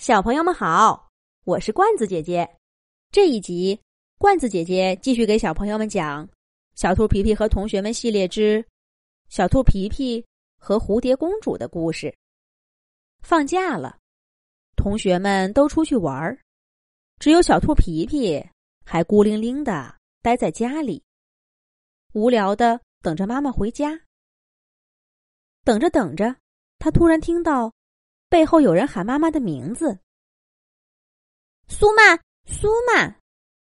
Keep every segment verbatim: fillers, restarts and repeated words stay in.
小朋友们好，我是罐子姐姐。这一集，罐子姐姐继续给小朋友们讲《小兔皮皮和同学们》系列之《小兔皮皮和蝴蝶公主》的故事。放假了，同学们都出去玩，只有小兔皮皮还孤零零的待在家里，无聊的等着妈妈回家。等着等着，他突然听到背后有人喊妈妈的名字：苏曼，苏曼。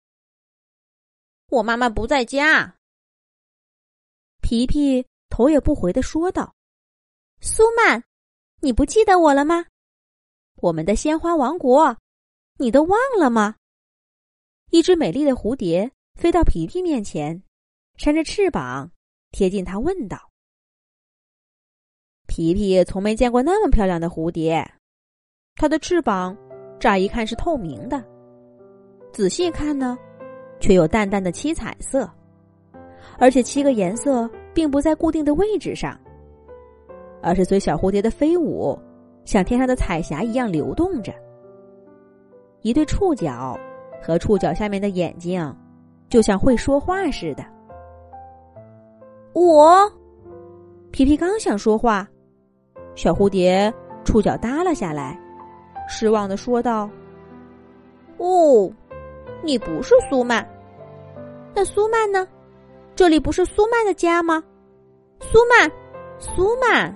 我妈妈不在家。皮皮头也不回地说道：苏曼，你不记得我了吗？我们的鲜花王国，你都忘了吗？一只美丽的蝴蝶飞到皮皮面前，扇着翅膀贴近他问道。皮皮从没见过那么漂亮的蝴蝶，它的翅膀乍一看是透明的，仔细看呢，却有淡淡的七彩色，而且七个颜色并不在固定的位置上，而是随小蝴蝶的飞舞，像天上的彩霞一样流动着。一对触角和触角下面的眼睛，就像会说话似的。我，皮皮刚想说话，小蝴蝶触角耷拉下来，失望地说道：哦，你不是苏曼。那苏曼呢？这里不是苏曼的家吗？苏曼，苏曼。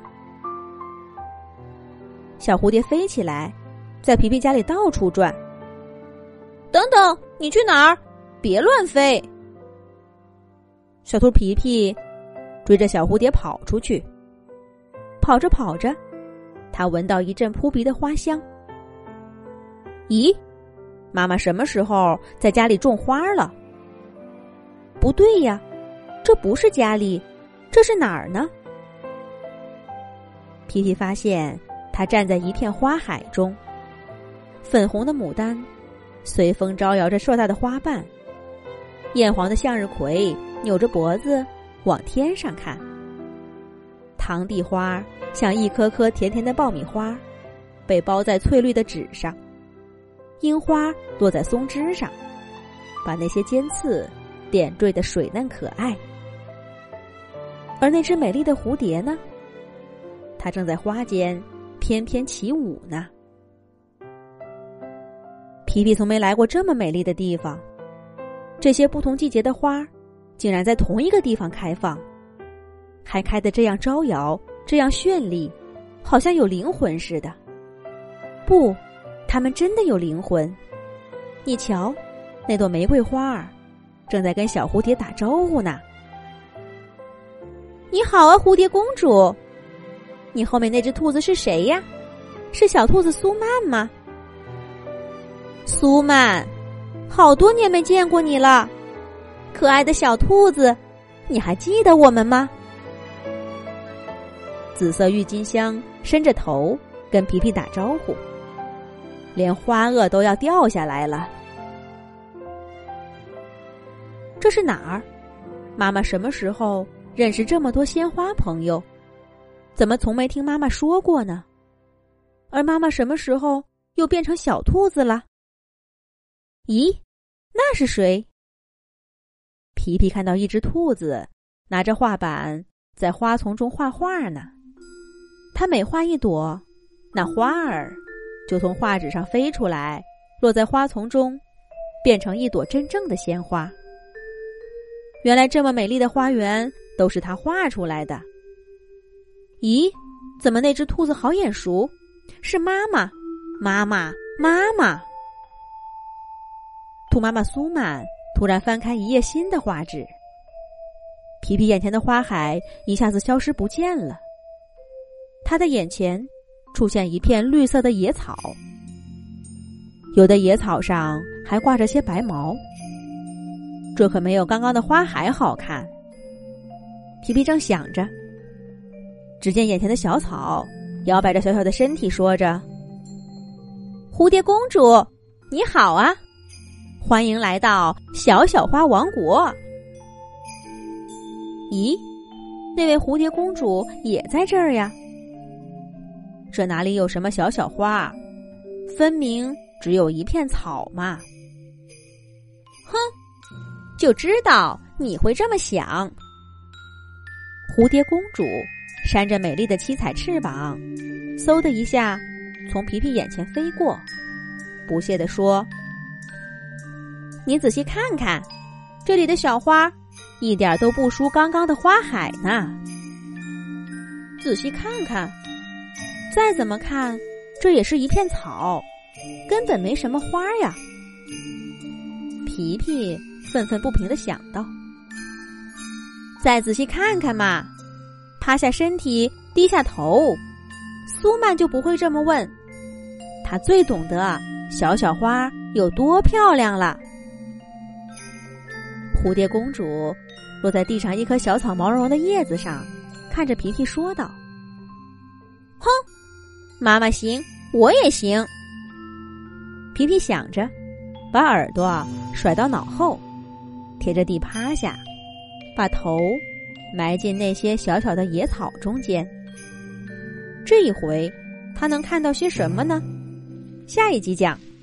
小蝴蝶飞起来，在皮皮家里到处转。等等，你去哪儿？别乱飞。小兔皮皮追着小蝴蝶跑出去。跑着跑着，他闻到一阵扑鼻的花香。咦，妈妈什么时候在家里种花了？不对呀，这不是家里，这是哪儿呢？皮皮发现他站在一片花海中，粉红的牡丹随风招摇着硕大的花瓣，艳黄的向日葵扭着脖子往天上看。堂弟花像一颗颗甜甜的爆米花，被包在翠绿的纸上。樱花落在松枝上，把那些尖刺点缀得水嫩可爱。而那只美丽的蝴蝶呢？它正在花间翩翩起舞呢。皮皮从没来过这么美丽的地方，这些不同季节的花竟然在同一个地方开放，还开得这样招摇，这样绚丽，好像有灵魂似的。不，它们真的有灵魂。你瞧，那朵玫瑰花儿正在跟小蝴蝶打招呼呢。你好啊，蝴蝶公主。你后面那只兔子是谁呀？是小兔子苏曼吗？苏曼，好多年没见过你了。可爱的小兔子，你还记得我们吗？紫色郁金香伸着头跟皮皮打招呼，连花萼都要掉下来了。这是哪儿？妈妈什么时候认识这么多鲜花朋友？怎么从没听妈妈说过呢？而妈妈什么时候又变成小兔子了？咦，那是谁？皮皮看到一只兔子拿着画板在花丛中画画呢。它每画一朵，那花儿就从画纸上飞出来，落在花丛中，变成一朵真正的鲜花。原来这么美丽的花园都是他画出来的。咦，怎么那只兔子好眼熟？是妈妈，妈妈，妈妈。兔妈妈苏曼突然翻开一页新的画纸，皮皮眼前的花海一下子消失不见了。他的眼前出现一片绿色的野草，有的野草上还挂着些白毛，这可没有刚刚的花海好看。皮皮正想着，只见眼前的小草摇摆着小小的身体，说着：蝴蝶公主，你好啊，欢迎来到小小花王国。咦，那位蝴蝶公主也在这儿呀？这哪里有什么小小花， 分明只有一片草嘛。哼，就知道你会这么想。蝴蝶公主扇着美丽的七彩翅膀，嗖的一下从皮皮眼前飞过，不屑地说：你仔细看看，这里的小花一点都不输刚刚的花海呢。仔细看看，再怎么看，这也是一片草，根本没什么花呀。皮皮愤愤不平地想到。再仔细看看嘛，趴下身体，低下头，苏曼就不会这么问，她最懂得小小花有多漂亮了。蝴蝶公主落在地上一棵小草毛茸茸的叶子上，看着皮皮说道：哼，妈妈行，我也行。皮皮想着，把耳朵甩到脑后，贴着地趴下，把头埋进那些小小的野草中间。这一回他能看到些什么呢？下一集讲。